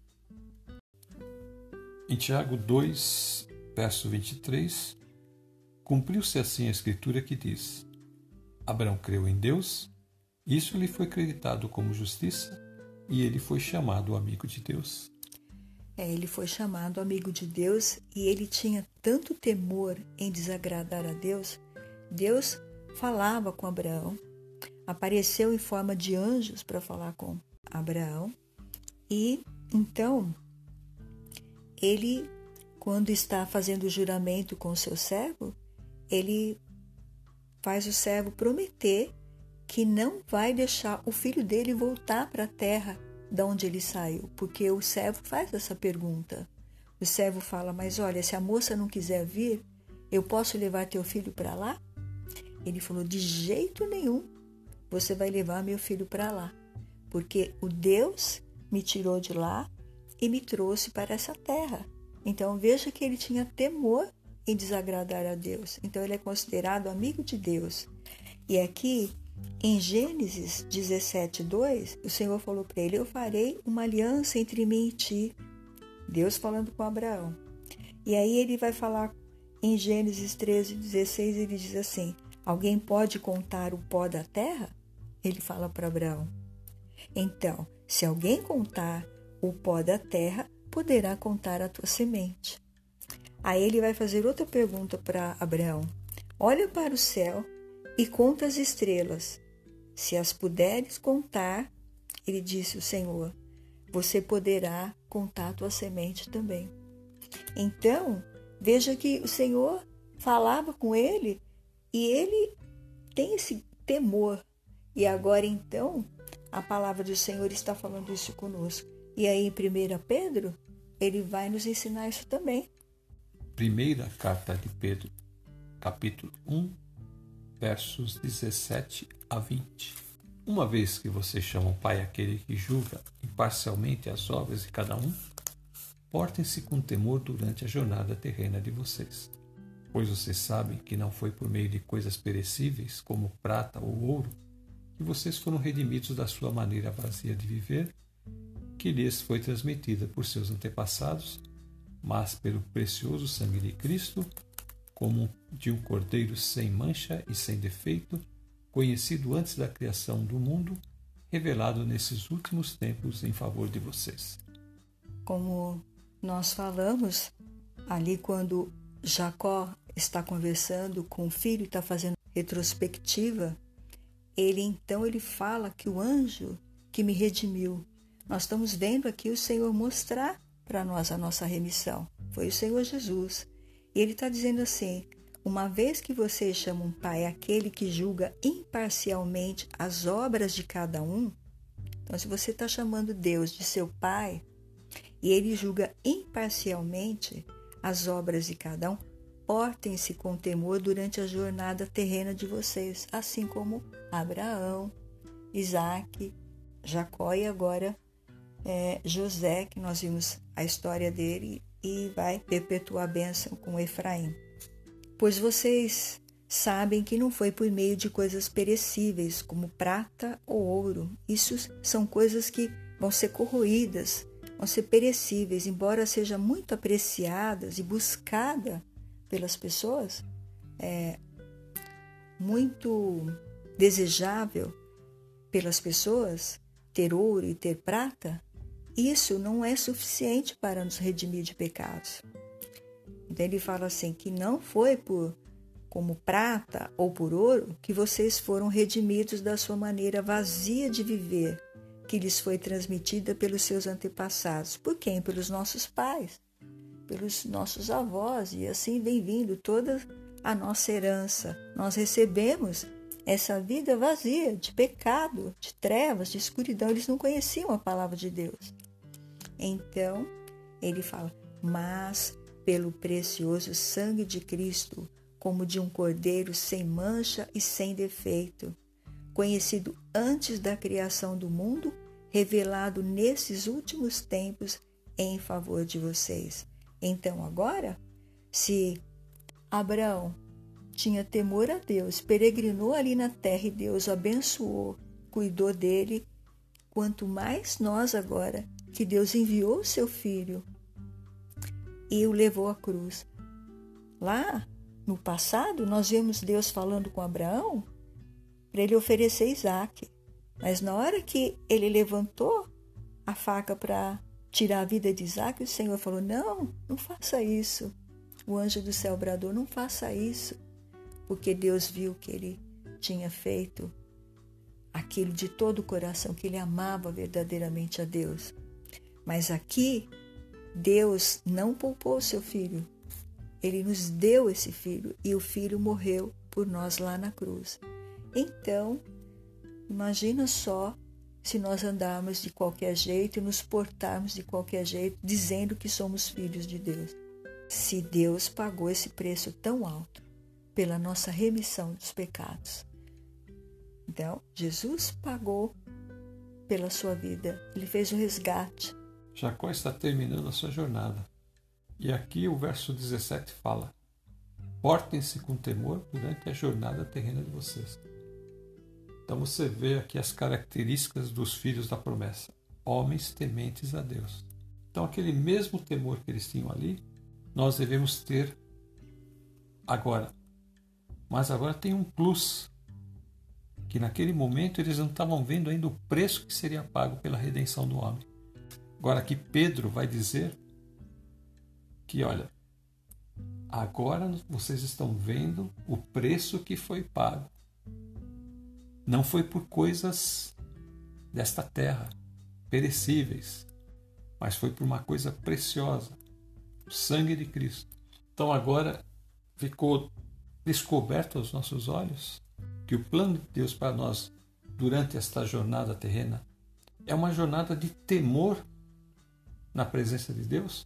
em Tiago dois, verso vinte e três, cumpriu-se assim a escritura que diz, Abraão creu em Deus, isso lhe foi acreditado como justiça, e ele foi chamado amigo de Deus. É, ele foi chamado amigo de Deus e ele tinha tanto temor em desagradar a Deus. Deus falava com Abraão, apareceu em forma de anjos para falar com Abraão. E então, ele, quando está fazendo o juramento com o seu servo, ele faz o servo prometer que não vai deixar o filho dele voltar para a terra da onde ele saiu, porque o servo faz essa pergunta. O servo fala, mas olha, se a moça não quiser vir, eu posso levar teu filho para lá? Ele falou, de jeito nenhum você vai levar meu filho para lá, porque o Deus me tirou de lá e me trouxe para essa terra. Então veja que ele tinha temor em desagradar a Deus. Então ele é considerado amigo de Deus. E aqui, em Gênesis dezessete, dois, o Senhor falou para ele, eu farei uma aliança entre mim e ti. Deus falando com Abraão. E aí ele vai falar em Gênesis treze, dezesseis, ele diz assim: alguém pode contar o pó da terra? Ele fala para Abraão. Então, se alguém contar o pó da terra, poderá contar a tua semente. Aí ele vai fazer outra pergunta para Abraão. Olha para o céu e conta as estrelas. Se as puderes contar, ele disse o Senhor, você poderá contar a tua semente também. Então, veja que o Senhor falava com ele e ele tem esse temor. E agora, então, a palavra do Senhor está falando isso conosco. E aí, em primeira Pedro, ele vai nos ensinar isso também. Primeira carta de Pedro, capítulo um, versos dezessete a vinte. Uma vez que vocês chamam Pai aquele que julga imparcialmente as obras de cada um, portem-se com temor durante a jornada terrena de vocês, pois vocês sabem que não foi por meio de coisas perecíveis, como prata ou ouro, que vocês foram redimidos da sua maneira vazia de viver, que lhes foi transmitida por seus antepassados, mas pelo precioso sangue de Cristo, como de um cordeiro sem mancha e sem defeito, conhecido antes da criação do mundo, revelado nesses últimos tempos em favor de vocês. Como nós falamos, ali quando Jacó está conversando com o filho e está fazendo retrospectiva, ele então ele fala que o anjo que me redimiu. Nós estamos vendo aqui o Senhor mostrar para nós a nossa remissão. Foi o Senhor Jesus. E ele está dizendo assim, uma vez que vocês chamam Pai aquele que julga imparcialmente as obras de cada um, então se você está chamando Deus de seu Pai, e ele julga imparcialmente as obras de cada um, portem-se com temor durante a jornada terrena de vocês, assim como Abraão, Isaac, Jacó e agora é, José, que nós vimos a história dele e vai perpetuar a bênção com Efraim. Pois vocês sabem que não foi por meio de coisas perecíveis, como prata ou ouro. Isso são coisas que vão ser corroídas, vão ser perecíveis, embora sejam muito apreciadas e buscadas pelas pessoas, é muito desejável pelas pessoas ter ouro e ter prata, isso não é suficiente para nos redimir de pecados. Então ele fala assim, que não foi por como prata ou por ouro que vocês foram redimidos da sua maneira vazia de viver, que lhes foi transmitida pelos seus antepassados. Por quem? Pelos nossos pais, pelos nossos avós, e assim vem vindo toda a nossa herança. Nós recebemos essa vida vazia de pecado, de trevas, de escuridão. Eles não conheciam a palavra de Deus. Então, ele fala, mas pelo precioso sangue de Cristo, como de um cordeiro sem mancha e sem defeito, conhecido antes da criação do mundo, revelado nesses últimos tempos em favor de vocês. Então agora, se Abraão tinha temor a Deus, peregrinou ali na terra e Deus o abençoou, cuidou dele, quanto mais nós agora, que Deus enviou o seu filho e o levou à cruz. Lá no passado, nós vemos Deus falando com Abraão para ele oferecer Isaac. Mas na hora que ele levantou a faca para tirar a vida de Isaac, o Senhor falou, não, não faça isso. O anjo do céu bradou, não faça isso. Porque Deus viu que ele tinha feito aquilo de todo o coração, que ele amava verdadeiramente a Deus. Mas aqui, Deus não poupou seu filho. Ele nos deu esse filho e o filho morreu por nós lá na cruz. Então, imagina só se nós andarmos de qualquer jeito e nos portarmos de qualquer jeito, dizendo que somos filhos de Deus. Se Deus pagou esse preço tão alto pela nossa remissão dos pecados. Então, Jesus pagou pela sua vida. Ele fez o resgate. Jacó está terminando a sua jornada. E aqui o verso dezessete fala, portem-se com temor durante a jornada terrena de vocês. Então você vê aqui as características dos filhos da promessa. Homens tementes a Deus. Então aquele mesmo temor que eles tinham ali, nós devemos ter Agora, mas agora tem um plus, que naquele momento eles não estavam vendo ainda o preço que seria pago pela redenção do homem. Agora aqui Pedro vai dizer que, olha, agora vocês estão vendo o preço que foi pago. Não foi por coisas desta terra, perecíveis, mas foi por uma coisa preciosa, o sangue de Cristo. Então agora ficou descoberto aos nossos olhos que o plano de Deus para nós durante esta jornada terrena é uma jornada de temor na presença de Deus,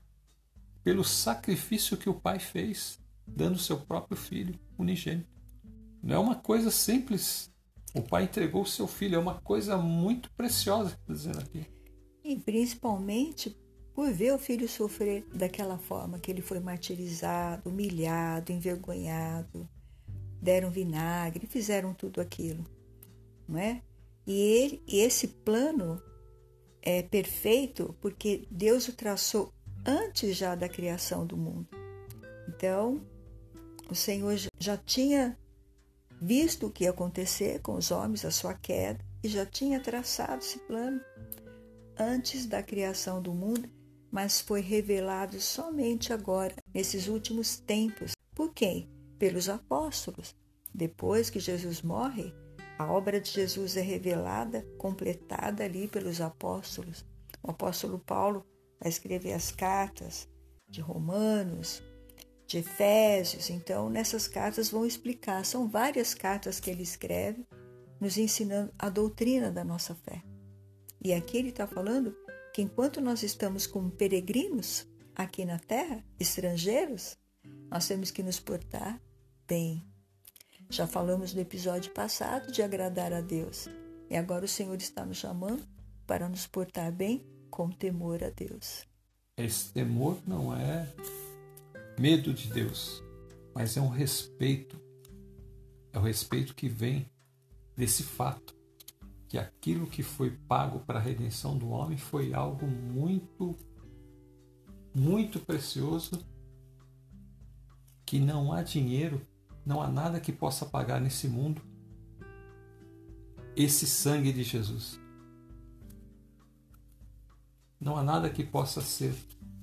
pelo sacrifício que o Pai fez, dando seu próprio Filho unigênito. Não é uma coisa simples. O Pai entregou o seu Filho, é uma coisa muito preciosa que está dizendo aqui. E principalmente por ver o Filho sofrer daquela forma, que ele foi martirizado, humilhado, envergonhado, deram vinagre, fizeram tudo aquilo, não é? E, ele, e esse plano é perfeito porque Deus o traçou antes já da criação do mundo. Então, o Senhor já tinha visto o que ia acontecer com os homens, a sua queda, e já tinha traçado esse plano antes da criação do mundo, mas foi revelado somente agora, nesses últimos tempos. Por quem? Pelos apóstolos. Depois que Jesus morre, a obra de Jesus é revelada, completada ali pelos apóstolos. O apóstolo Paulo vai escrever as cartas de Romanos, de Efésios. Então, nessas cartas vão explicar. São várias cartas que ele escreve, nos ensinando a doutrina da nossa fé. E aqui ele está falando que enquanto nós estamos como peregrinos aqui na terra, estrangeiros, nós temos que nos portar bem. Já falamos no episódio passado de agradar a Deus. E agora o Senhor está nos chamando para nos portar bem com temor a Deus. Esse temor não é medo de Deus, mas é um respeito. É o respeito que vem desse fato, que aquilo que foi pago para a redenção do homem foi algo muito, muito precioso, que não há dinheiro, não há nada que possa pagar nesse mundo esse sangue de Jesus. Não há nada que possa ser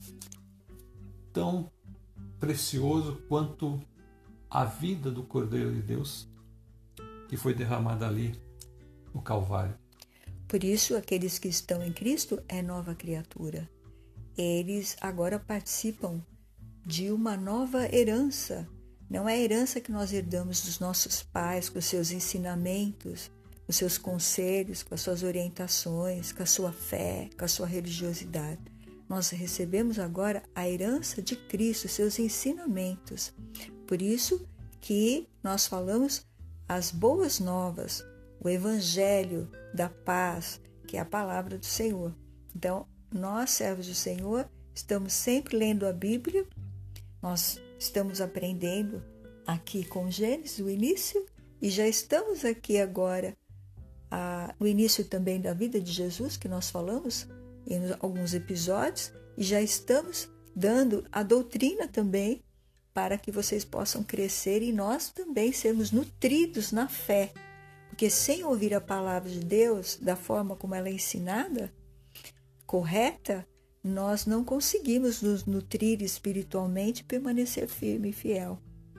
tão precioso quanto a vida do Cordeiro de Deus que foi derramada ali no Calvário. Por isso, aqueles que estão em Cristo é nova criatura. Eles agora participam de uma nova herança. Não é a herança que nós herdamos dos nossos pais, com os seus ensinamentos, com os seus conselhos, com as suas orientações, com a sua fé, com a sua religiosidade. Nós recebemos agora a herança de Cristo, seus ensinamentos. Por isso que nós falamos as boas novas, o Evangelho da paz, que é a palavra do Senhor. Então, nós, servos do Senhor, estamos sempre lendo a Bíblia, nós estamos aprendendo aqui com Gênesis, o início, e já estamos aqui agora a, no início também da vida de Jesus, que nós falamos em alguns episódios, e já estamos dando a doutrina também para que vocês possam crescer e nós também sermos nutridos na fé. Porque sem ouvir a palavra de Deus da forma como ela é ensinada, correta, nós não conseguimos nos nutrir espiritualmente e permanecer firme e fiel.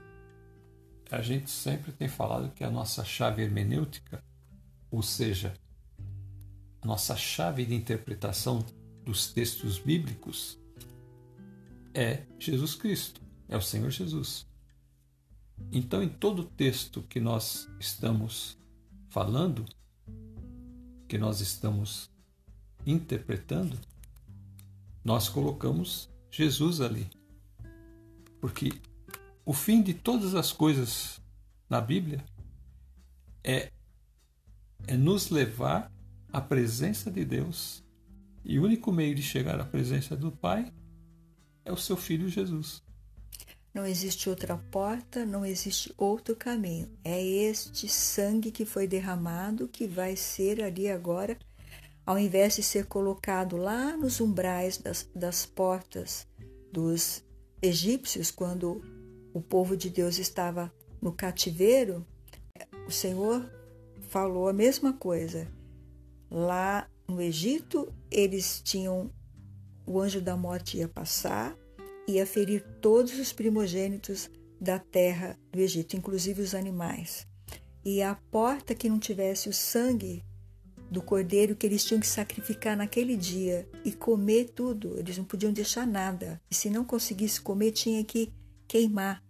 A gente sempre tem falado que a nossa chave hermenêutica, ou seja, a nossa chave de interpretação dos textos bíblicos, é Jesus Cristo, é o Senhor Jesus. Então, em todo texto que nós estamos falando, que nós estamos interpretando, nós colocamos Jesus ali. Porque o fim de todas as coisas na Bíblia é, é nos levar à presença de Deus. E o único meio de chegar à presença do Pai é o seu Filho Jesus. Não existe outra porta, não existe outro caminho. É este sangue que foi derramado que vai ser ali agora, ao invés de ser colocado lá nos umbrais das, das portas dos egípcios, quando o povo de Deus estava no cativeiro, o Senhor falou a mesma coisa. Lá no Egito, eles tinham, o anjo da morte ia passar, ia ferir todos os primogênitos da terra do Egito, inclusive os animais. E a porta que não tivesse o sangue do cordeiro que eles tinham que sacrificar naquele dia e comer tudo, eles não podiam deixar nada. E se não conseguisse comer, tinha que queimar,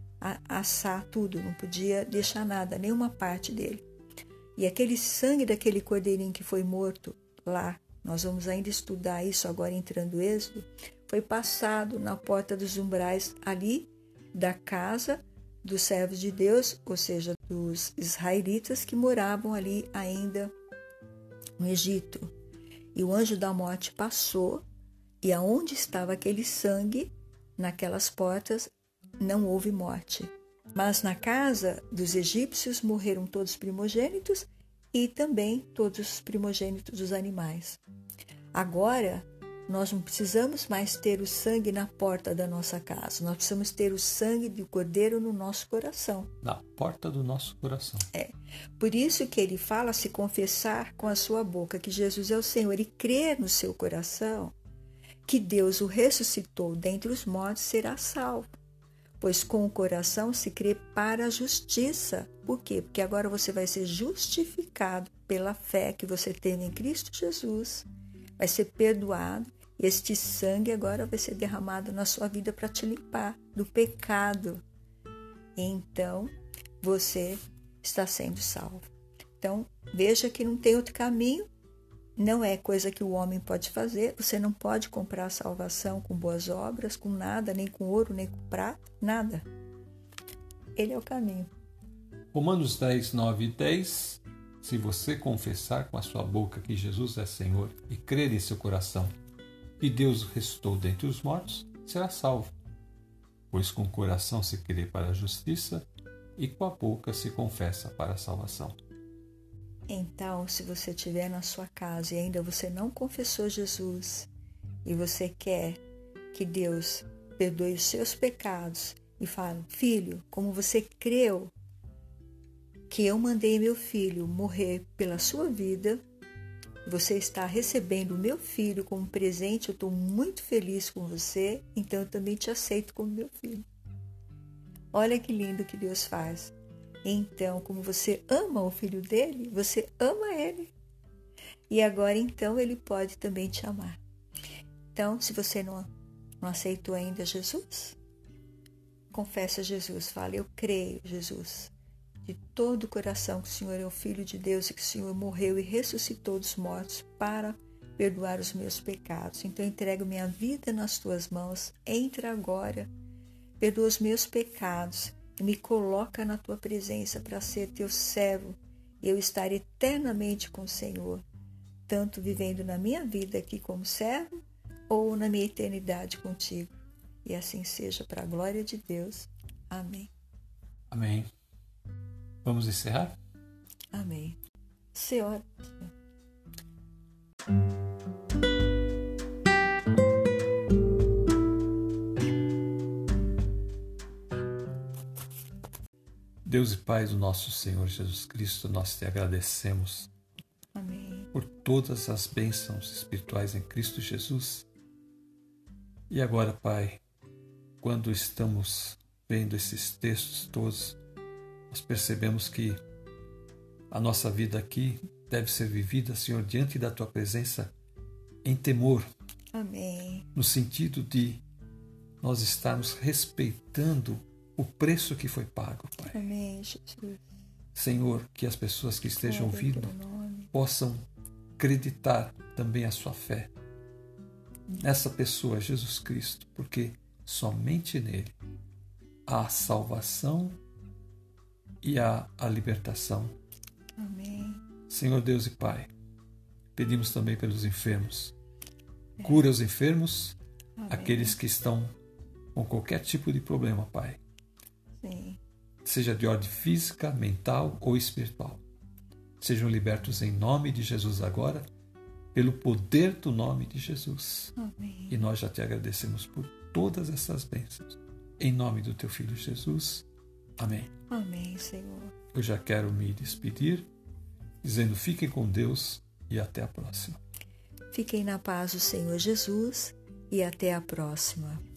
assar tudo, não podia deixar nada, nenhuma parte dele. E aquele sangue daquele cordeirinho que foi morto lá, nós vamos ainda estudar isso agora entrando no Êxodo, foi passado na porta dos umbrais ali da casa dos servos de Deus, ou seja, dos israelitas que moravam ali ainda no Egito. E o anjo da morte passou, e aonde estava aquele sangue, naquelas portas, não houve morte. Mas na casa dos egípcios morreram todos os primogênitos e também todos os primogênitos dos animais. Agora, nós não precisamos mais ter o sangue na porta da nossa casa. Nós precisamos ter o sangue do cordeiro no nosso coração. Na porta do nosso coração. É. Por isso que ele fala, se confessar com a sua boca que Jesus é o Senhor e crer no seu coração que Deus o ressuscitou dentre os mortos, será salvo. Pois com o coração se crê para a justiça. Por quê? Porque agora você vai ser justificado pela fé que você tem em Cristo Jesus. Vai ser perdoado. E este sangue agora vai ser derramado na sua vida para te limpar do pecado. Então, você está sendo salvo. Então, veja que não tem outro caminho. Não é coisa que o homem pode fazer. Você não pode comprar a salvação com boas obras, com nada, nem com ouro, nem com prata, nada. Ele é o caminho. Romanos dez, nove e dez. Se você confessar com a sua boca que Jesus é Senhor e crer em seu coração que Deus o ressuscitou dentre os mortos, será salvo. Pois com o coração se crê para a justiça e com a boca se confessa para a salvação. Então, se você estiver na sua casa e ainda você não confessou Jesus e você quer que Deus perdoe os seus pecados e fale, filho, como você creu que eu mandei meu filho morrer pela sua vida, você está recebendo o meu filho como presente, eu estou muito feliz com você, então eu também te aceito como meu filho. Olha que lindo que Deus faz. Então, como você ama o filho dele, você ama ele. E agora, então, ele pode também te amar. Então, se você não, não aceitou ainda Jesus, confesse a Jesus. Fala, eu creio, Jesus, de todo o coração que o Senhor é o Filho de Deus e que o Senhor morreu e ressuscitou dos mortos para perdoar os meus pecados. Então, eu entrego minha vida nas tuas mãos. Entra agora, perdoa os meus pecados. E me coloca na tua presença para ser teu servo e eu estar eternamente com o Senhor, tanto vivendo na minha vida aqui como servo ou na minha eternidade contigo. E assim seja para a glória de Deus. Amém. Amém. Vamos encerrar? Amém. Senhor. Deus e Pai do nosso Senhor Jesus Cristo, nós te agradecemos Amém. por todas as bênçãos espirituais em Cristo Jesus. E agora, Pai, quando estamos vendo esses textos todos, nós percebemos que a nossa vida aqui deve ser vivida, Senhor, diante da Tua presença em temor. Amém. No sentido de nós estarmos respeitando o preço que foi pago, Pai. Amém, Jesus. Senhor, que as pessoas que estejam Glória ouvindo ao teu nome. possam acreditar também a sua fé nessa pessoa, Jesus Cristo, porque somente nele há a salvação e há a libertação. Amém. Senhor Deus e Pai, pedimos também pelos enfermos. Cura os enfermos, Amém. Aqueles que estão com qualquer tipo de problema, Pai. Sim. Seja de ordem física, mental ou espiritual. Sejam libertos em nome de Jesus agora, pelo poder do nome de Jesus. Amém. E nós já te agradecemos por todas essas bênçãos. Em nome do teu Filho Jesus. Amém. Amém, Senhor. Eu já quero me despedir, dizendo fiquem com Deus e até a próxima. Fiquem na paz do Senhor Jesus e até a próxima.